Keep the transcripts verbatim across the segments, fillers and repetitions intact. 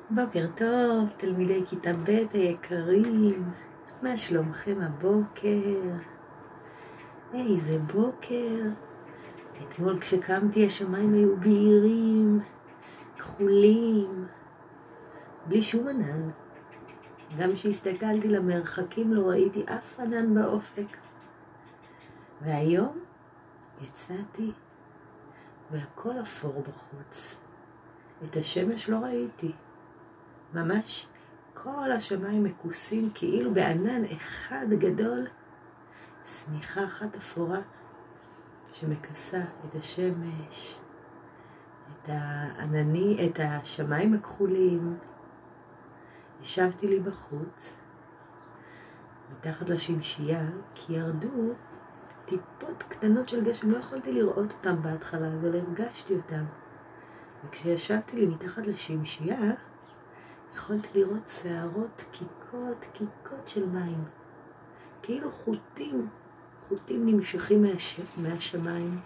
בוקר טוב, תלמידי כיתה ב' היקרים, מה שלומכם הבוקר? איזה בוקר. אתמול כשקמתי השמיים היו בהירים, כחולים, בלי שום ענן. גם כשהסתכלתי למרחקים לא ראיתי אף ענן באופק. והיום יצאתי והכל אפור בחוץ. את השמש לא ראיתי. ממש כל השמיים מכוסים כאילו בענן אחד גדול, שמיכה אחת אפורה שמכסה את השמש, את הענני, את השמיים הכחולים. ישבתי לי בחוץ מתחת לשמשייה כי ירדו טיפות קטנות של גשם, לא יכולתי לראות אותם בהתחלה אבל הרגשתי אותם. וכשישבתי לי מתחת לשמשייה יכולתי לראות שערות, קיקות, קיקות של מים. כאילו חוטים, חוטים נמשכים מהש... מהשמיים.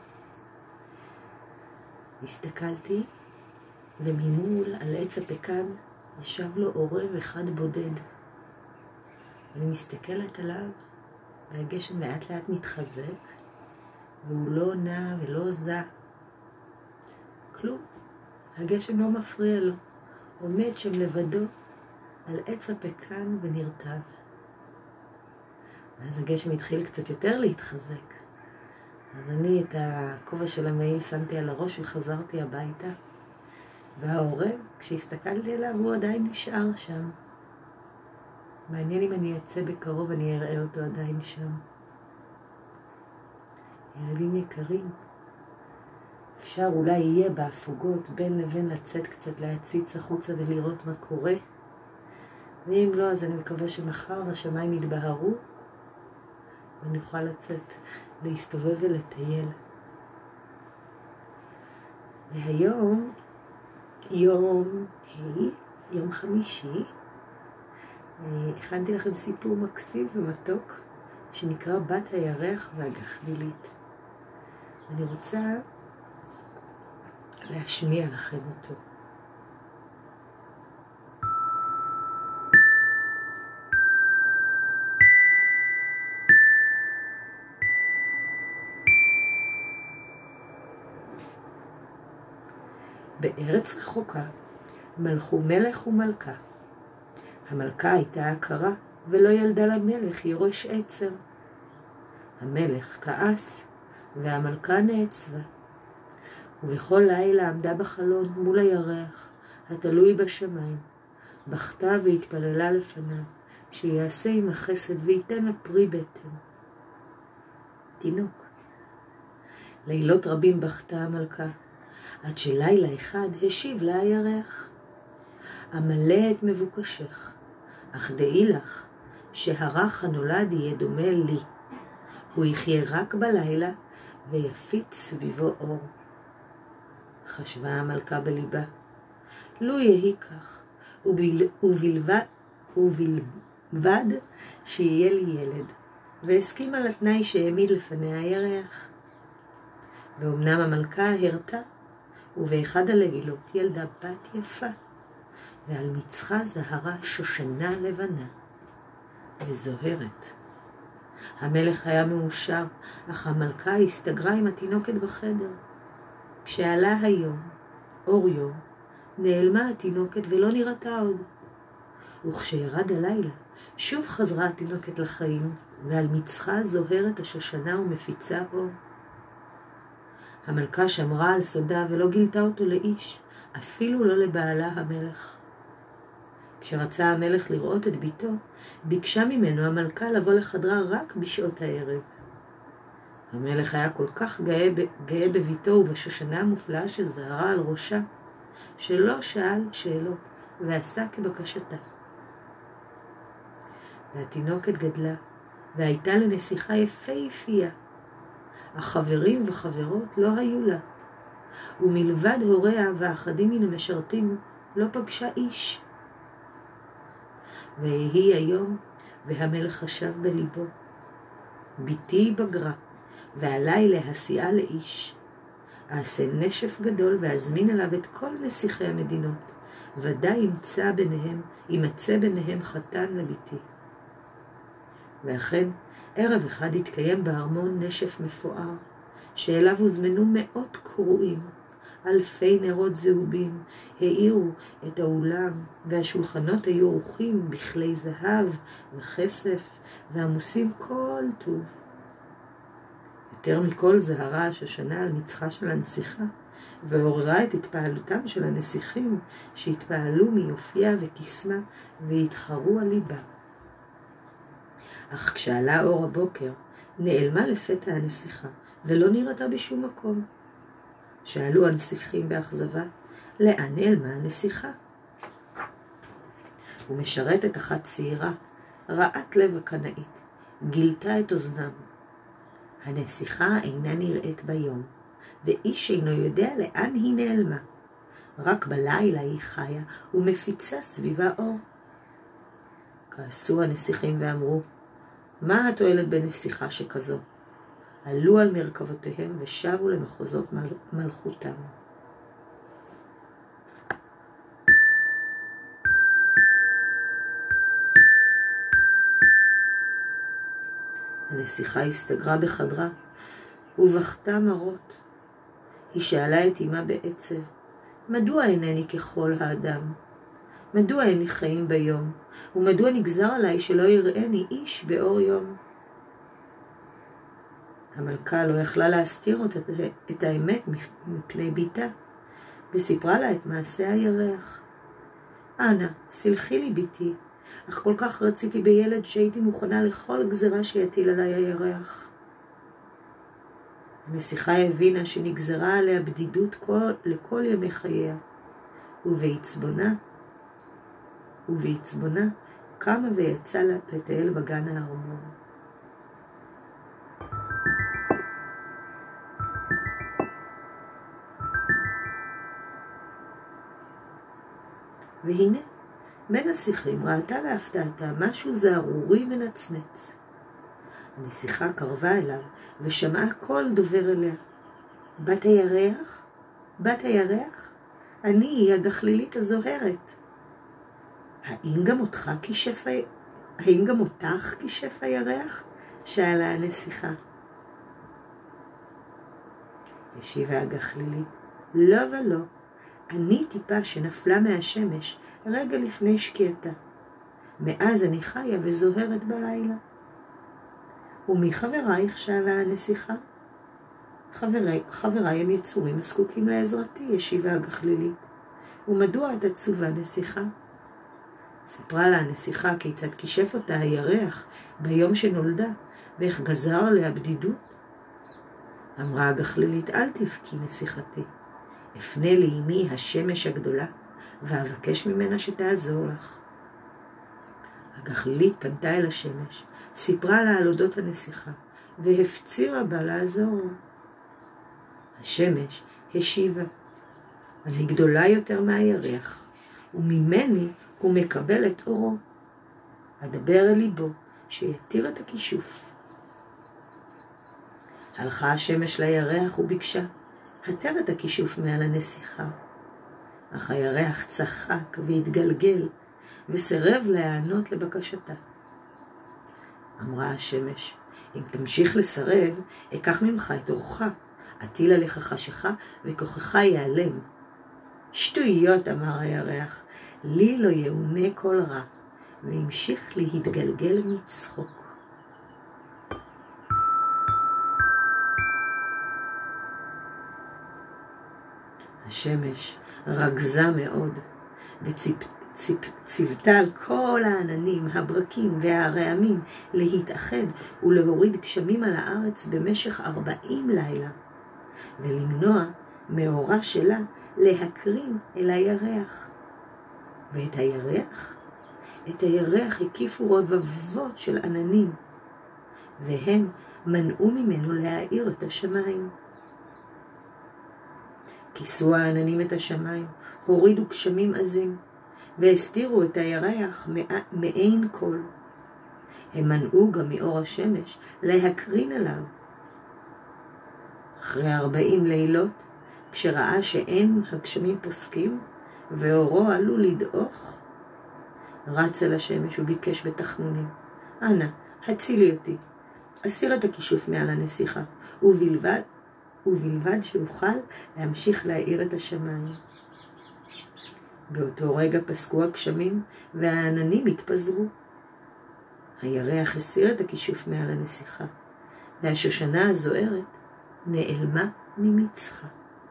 הסתכלתי, וממול על עץ הפקן ישב לו עורב אחד בודד. אני מסתכלת עליו, והגשם לאט לאט מתחזק, והוא לא נע ולא זע. כלום, הגשם לא מפריע לו. עומד שם לבדו על עץ הפקן ונרטב. ואז הגשם התחיל קצת יותר להתחזק. אז אני את הכובע של המעיל שמתי על הראש וחזרתי הביתה. והעורב, כשהסתכלתי עליו, הוא עדיין נשאר שם. מעניין אם אני אצא בקרוב, אני אראה אותו עדיין שם. ילדים יקרים, אפשר אולי יהיה בהפוגות בין לבין לצאת קצת להציץ החוצה ולראות מה קורה. ואם לא, אז אני מקווה שמחר השמיים יתבהרו ואני אוכל לצאת, להסתובב ולטייל. והיום, יום ה', יום חמישי, הכנתי לכם סיפור מקסים ומתוק שנקרא בת הירח והגחלילית. אני רוצה להשמיע לכם אותו. בארץ רחוקה מלכו מלך ומלכה. המלכה הייתה עקרה ולא ילדה למלך יורש עצר. המלך כעס והמלכה נעצבה. ובכל לילה עמדה בחלון מול הירח, התלוי בשמיים, בכתה והתפללה לפניו, שיעשה עם החסד וייתן לה פרי בטן. תינוק. לילות רבים בכתה המלכה, עד שלילה אחד השיב לה הירח. אמלא את מבוקשך, אך דעי לך שהרך הנולד יהיה דומה לי. הוא יחיה רק בלילה ויפיץ סביבו אור. חשבה המלכה בליבה, לו יהי כך, ובל... ובלבד, ובלבד שיהיה לי ילד, והסכימה לתנאי שהעמיד לפניה הירח. ואומנם המלכה הרתה, ובאחד הלילות ילדה בת יפה, ועל מצחה זהרה שושנה לבנה וזוהרת. המלך היה מאושר, אך המלכה הסתגרה עם התינוקת בחדר. כשעלה היום, אור יום, נעלמה התינוקת ולא נראתה עוד. וכשירד הלילה, שוב חזרה התינוקת לחיים, ועל מצחה זוהרת השושנה ומפיצה אור. המלכה שמרה על סודה ולא גילתה אותו לאיש, אפילו לא לבעלה המלך. כשרצה המלך לראות את ביתו, ביקשה ממנו המלכה לבוא לחדרה רק בשעות הערב. המלך היה כל כך גאה, גאה בביתו ובשושנה המופלאה שזהרה על ראשה, שלא שאל שאלות ועשה כבקשתה. והתינוקת גדלה, והייתה לנסיכה יפהפייה. החברים וחברות לא היו לה, ומלבד הוריה ואחדים מן המשרתים לא פגשה איש. ויהי היום, והמלך חשב בליבו, ביתי בגרה, ועליי להסיעה לאיש. אעשה נשף גדול ואזמין אליו את כל נסיכי המדינות, ודאי ימצא ביניהם, ימצא ביניהם חתן לביתי. ואכן, ערב אחד התקיים בארמון נשף מפואר, שאליו הוזמנו מאות קרואים. אלפי נרות זהובים האירו את האולם, והשולחנות היו ערוכים בכלי זהב וכסף, ועמוסים כל טוב. יותר מכל זהרה השושנה על מצחה של הנסיכה, ועוררה את התפעלותם של הנסיכים, שהתפעלו מיופייה וקסמה, והתחרו על ליבה. אך כשעלה אור הבוקר, נעלמה לפתע הנסיכה, ולא נראתה בשום מקום. שאלו הנסיכים באכזבה, לאן נעלמה הנסיכה? ומשרתת אחת צעירה, רעת לב הקנאית, גילתה את אוזנם. הנסיכה אינה נראית ביום, ואיש אינו יודע לאן היא נעלמה. רק בלילה היא חיה ומפיצה סביבה אור. כעסו הנסיכים ואמרו, מה התועלת בנסיכה שכזו? עלו על מרכבותיהם ושבו למחוזות מל... מלכותם. הנסיכה הסתגרה בחדרה ובכתה מרות. היא שאלה את אמה בעצב, מדוע אינני ככל האדם? מדוע איני חיים ביום? ומדוע נגזר עליי שלא יראני איש באור יום? המלכה לא יכלה להסתיר את האמת מפני ביתה, וסיפרה לה את מעשה הירח. אנא, סלחי לי ביתי, אך כל כך רציתי בילד שהייתי מוכנה לכל גזרה שיטיל עליי הירח. הנסיכה הבינה שנגזרה עליה בדידות כל, לכל ימי חייה, ובעצבונה, ובעצבונה קמה ויצאה לטייל בגן הארמון. והנה, בין השיחים ראתה להפתעתה משהו זערורי מנצנץ. הנסיכה קרבה אליו ושמעה קול דובר אליה. בת הירח? בת הירח? אני היא הגחלילית הזוהרת. האם גם אותך כשף ה... האם גם אותך כשף הירח? שאלה הנסיכה. השיבה הגחלילית, לא ולא. אני טיפה שנפלה מהשמש רגע לפני שקיעתה. מאז אני חיה וזוהרת בלילה. ומי חברייך? שאלה הנסיכה. חברי, חברי הם יצורים הזקוקים לעזרתי, השיבה הגחלילית. ומדוע את עצובה נסיכה? סיפרה לה הנסיכה כיצד כשף אותה הירח ביום שנולדה, ואיך גזר עליה בדידות. אמרה הגחלילית, אל תבכי נסיכתי. אפנה לאמי השמש הגדולה, ואבקש ממנה שתעזור לך. הגחלילית פנתה אל השמש, סיפרה לה על אודות הנסיכה, והפצירה בה לעזור לה. השמש השיבה, אני גדולה יותר מהירח, וממני הוא מקבל את אורו. אדבר אל ליבו, שיתיר את הכישוף. הלכה השמש לירח וביקשה, התר את הכישוף מעל הנסיכה. אך הירח צחק והתגלגל, וסירב להיענות לבקשתה. אמרה השמש, אם תמשיך לסרב, אקח ממך את אורך, אטיל עליך חשיכה וכוחך ייעלם. שטויות, אמר הירח, לי לא יאונה כל רע, והמשיך להתגלגל מצחוק. השמש רגזה מאוד, וציוותה על כל העננים, הברקים והרעמים להתאחד ולהוריד גשמים על הארץ במשך ארבעים לילה, ולמנוע מאורה שלה להקרין אל הירח. ואת הירח, את הירח הקיפו רבבות של עננים, והם מנעו ממנו להאיר את השמיים. כיסו העננים את השמיים, הורידו גשמים עזים, והסתירו את הירח מעין כל. הם מנעו גם מאור השמש להקרין עליו. אחרי ארבעים לילות, כשראה שאין הגשמים פוסקים, ואורו עלול לדעוך, רץ אל השמש וביקש בתחנונים, אנא, הצילי אותי, אסיר את הכישוף מעל הנסיכה, ובלבד, ובלבד שאוכל להמשיך להאיר את השמיים. באותו רגע פסקו הגשמים והעננים התפזרו. הירח הסיר את הכישוף מעל הנסיכה, והשושנה הזוהרת נעלמה ממצחה.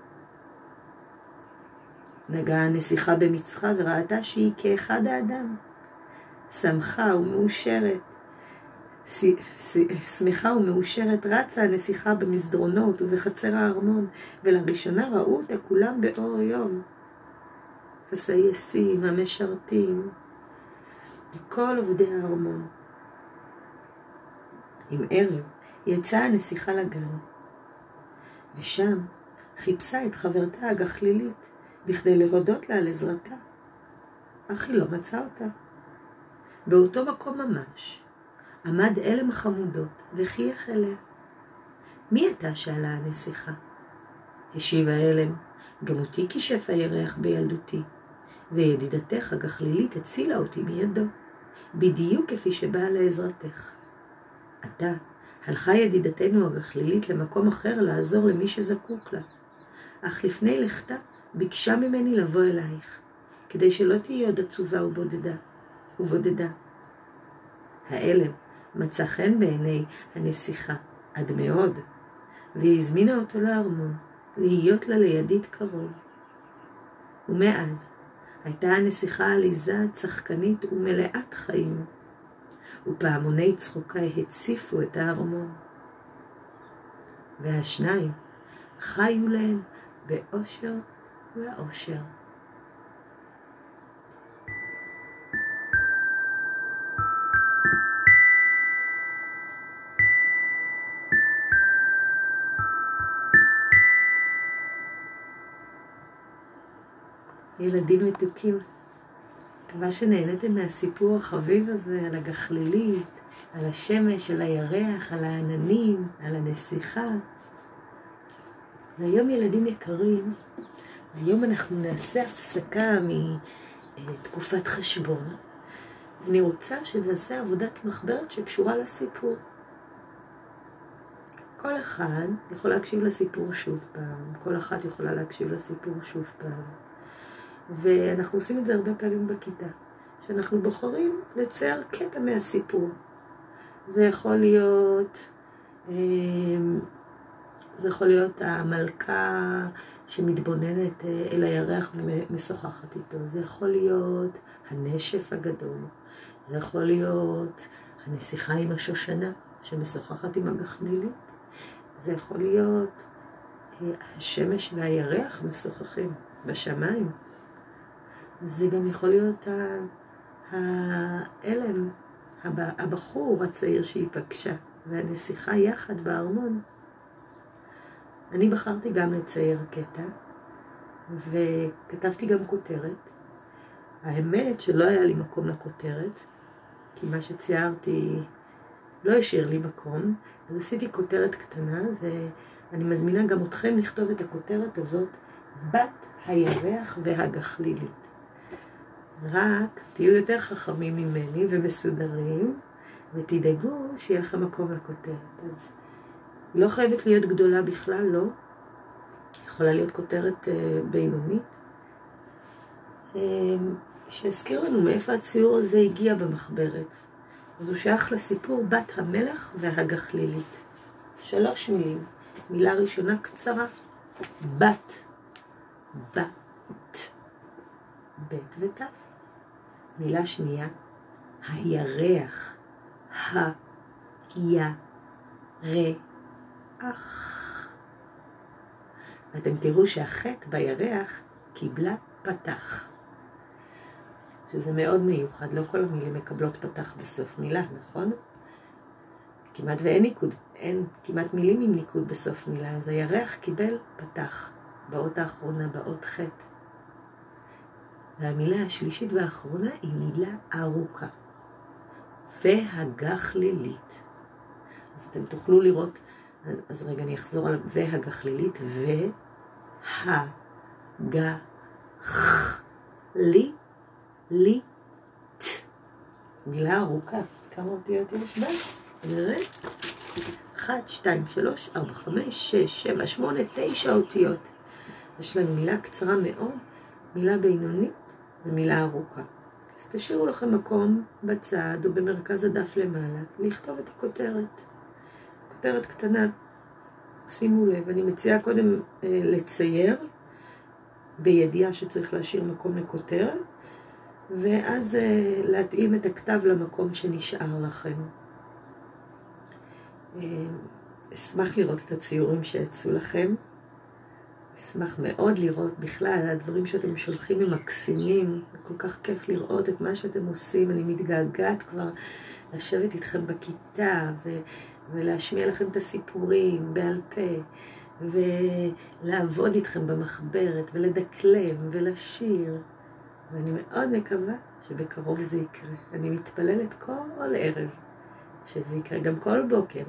נגעה הנסיכה במצחה וראתה שהיא כאחד האדם. שמחה ומאושרת, שמחה ומאושרת רצה הנסיכה במסדרונות ובחצר הארמון, ולראשונה ראו אותה כולם באור יום. הסייסים, המשרתים, כל עובדי הארמון. עם ערב יצאה הנסיכה לגן, ושם חיפשה את חברתה הגחלילית בכדי להודות לה על עזרתה, אך היא לא מצאה אותה. באותו מקום ממש עמד אלם החמודות וחייך אליה. מי אתה? שאלה הנסיכה. השיב האלם, גם אותי כישף הירח בילדותי, וידידתך הגחלילית הצילה אותי מידו, בדיוק כפי שבאה לעזרתך. עתה הלכה ידידתנו הגחלילית למקום אחר לעזור למי שזקוק לה, אך לפני לכתה ביקשה ממני לבוא אלייך, כדי שלא תהיה עוד עצובה ובודדה. ובודדה. האלם מצא חן בעיני הנסיכה עד מאוד, והיא הזמינה אותו לארמון, להיות לה לידית קרוב. ומאז הייתה הנסיכה עליזה, צחקנית ומלאת חיים, ופעמוני צחוקה הציפו את הארמון. והשניים חיו להם באושר ואושר. ילדים מתוקים, מקווה שנהנתם מהסיפור החביב הזה על הגחלילית, על השמש, על הירח, על העננים, על הנסיכה. והיום ילדים יקרים, היום אנחנו נעשה הפסקה מתקופת חשבון. אני רוצה שנעשה עבודת מחברת שקשורה לסיפור. כל אחד יכול להקשיב לסיפור שוב פעם, כל אחת יכולה להקשיב לסיפור שוב פעם. ואנחנו עושים את זה הרבה פעמים בכיתה, שאנחנו בוחרים לצייר קטע מהסיפור. זה יכול להיות, זה יכול להיות המלכה שמתבוננת אל הירח ומשוחחת איתו. זה יכול להיות הנשף הגדול. זה יכול להיות הנסיכה עם השושנה שמשוחחת עם הגחלילית. זה יכול להיות השמש והירח משוחחים בשמיים. זה גם יכול להיות האלם, הבחור הצעיר שהיא פגשה, והנסיכה יחד בארמון. אני בחרתי גם לצייר קטע, וכתבתי גם כותרת. האמת שלא היה לי מקום לכותרת, כי מה שציירתי לא השאיר לי מקום, אז עשיתי כותרת קטנה, ואני מזמינה גם אתכם לכתוב את הכותרת הזאת, בת הירח והגחלילית. רק תהיו יותר חכמים ממני ומסודרים, ותדאגו שיהיה לכם מקום לכותרת. אז היא לא חייבת להיות גדולה בכלל, לא. יכולה להיות כותרת uh, בינונית. Uh, שהזכיר לנו מאיפה הציור הזה הגיע במחברת. אז הוא שייך לסיפור בת המלך והגחלילית. שלוש מילים. מילה ראשונה קצרה, בת. בת. בית ותף. מילה שנייה, הירח. הירח. ואתם תראו שהחטא בירח קיבלה פתח. שזה מאוד מיוחד, לא כל המילים מקבלות פתח בסוף מילה, נכון? כמעט ואין ניקוד, אין כמעט מילים עם ניקוד בסוף מילה, אז הירח קיבל פתח באות האחרונה, באות חטא. והמילה השלישית והאחרונה היא מילה ארוכה. והגחלילית. אז אתם תוכלו לראות, אז, אז רגע אני אחזור על והגחלילית, לי, לי, ת. מילה ארוכה. כמה אותיות יש בה? נראה. אחת, שתיים, שלוש, ארבע, חמש, שש, שבע, שמונה, תשע אותיות. יש לנו מילה קצרה מאוד, מילה בינונית ומילה ארוכה. אז תשאירו לכם מקום בצד או במרכז הדף למעלה, לכתוב את הכותרת. כותרת קטנה. שימו לב, אני מציעה קודם אה, לצייר, בידיעה שצריך להשאיר מקום לכותרת, ואז אה, להתאים את הכתב למקום שנשאר לכם. אה, אשמח לראות את הציורים שיצאו לכם. אשמח מאוד לראות בכלל, הדברים שאתם שולחים הם מקסימים, כל כך כיף לראות את מה שאתם עושים. אני מתגעגעת כבר לשבת איתכם בכיתה ו... ולהשמיע לכם את הסיפורים בעל פה, ולעבוד איתכם במחברת, ולדקלם, ולשיר. ואני מאוד מקווה שבקרוב זה יקרה. אני מתפללת כל ערב שזה יקרה, גם כל בוקר.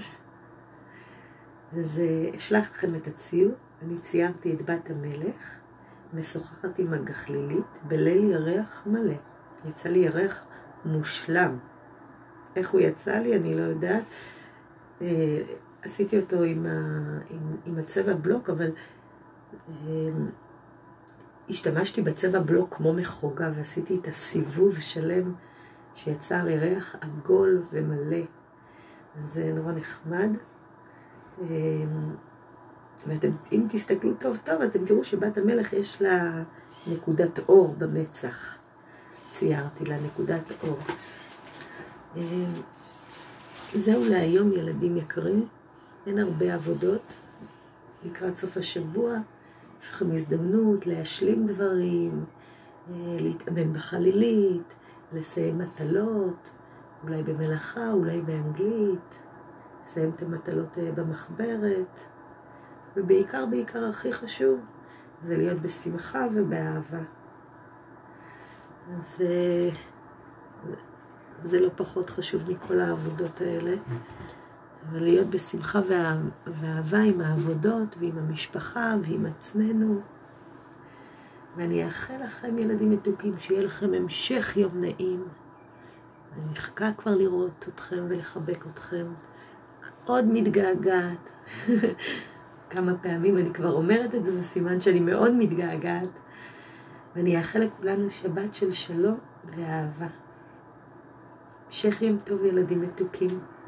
אז אשלח לכם את הציור. אני ציירתי את בת המלך, משוחחת עם הגחלילית, בליל ירח מלא. יצא לי ירח מושלם. איך הוא יצא לי, אני לא יודעת. עשיתי אותו עם, ה, עם, עם הצבע בלוק, אבל השתמשתי בצבע בלוק כמו מחוגה, ועשיתי את הסיבוב שלם שיצר ירח עגול ומלא. זה נורא נחמד. ואם תסתכלו טוב טוב, אתם תראו שבת המלך יש לה נקודת אור במצח. ציירתי לה נקודת אור. זהו להיום, ילדים יקרים. אין הרבה עבודות. לקראת סוף השבוע יש לכם הזדמנות להשלים דברים, להתאמן בחלילית, לסיים מטלות, אולי במלאכה, אולי באנגלית, לסיים את המטלות במחברת. ובעיקר, בעיקר הכי חשוב, זה להיות בשמחה ובאהבה. אז זה לא פחות חשוב מכל העבודות האלה, אבל להיות בשמחה ואהבה עם העבודות ועם המשפחה ועם עצמנו. ואני אאחל לכם, ילדים מתוקים, שיהיה לכם המשך יום נעים. אני מחכה כבר לראות אתכם ולחבק אתכם. עוד מתגעגעת. כמה פעמים אני כבר אומרת את זה, זה סימן שאני מאוד מתגעגעת. ואני אאחל לכולנו שבת של שלום ואהבה. המשך יום טוב, ילדים מתוקים.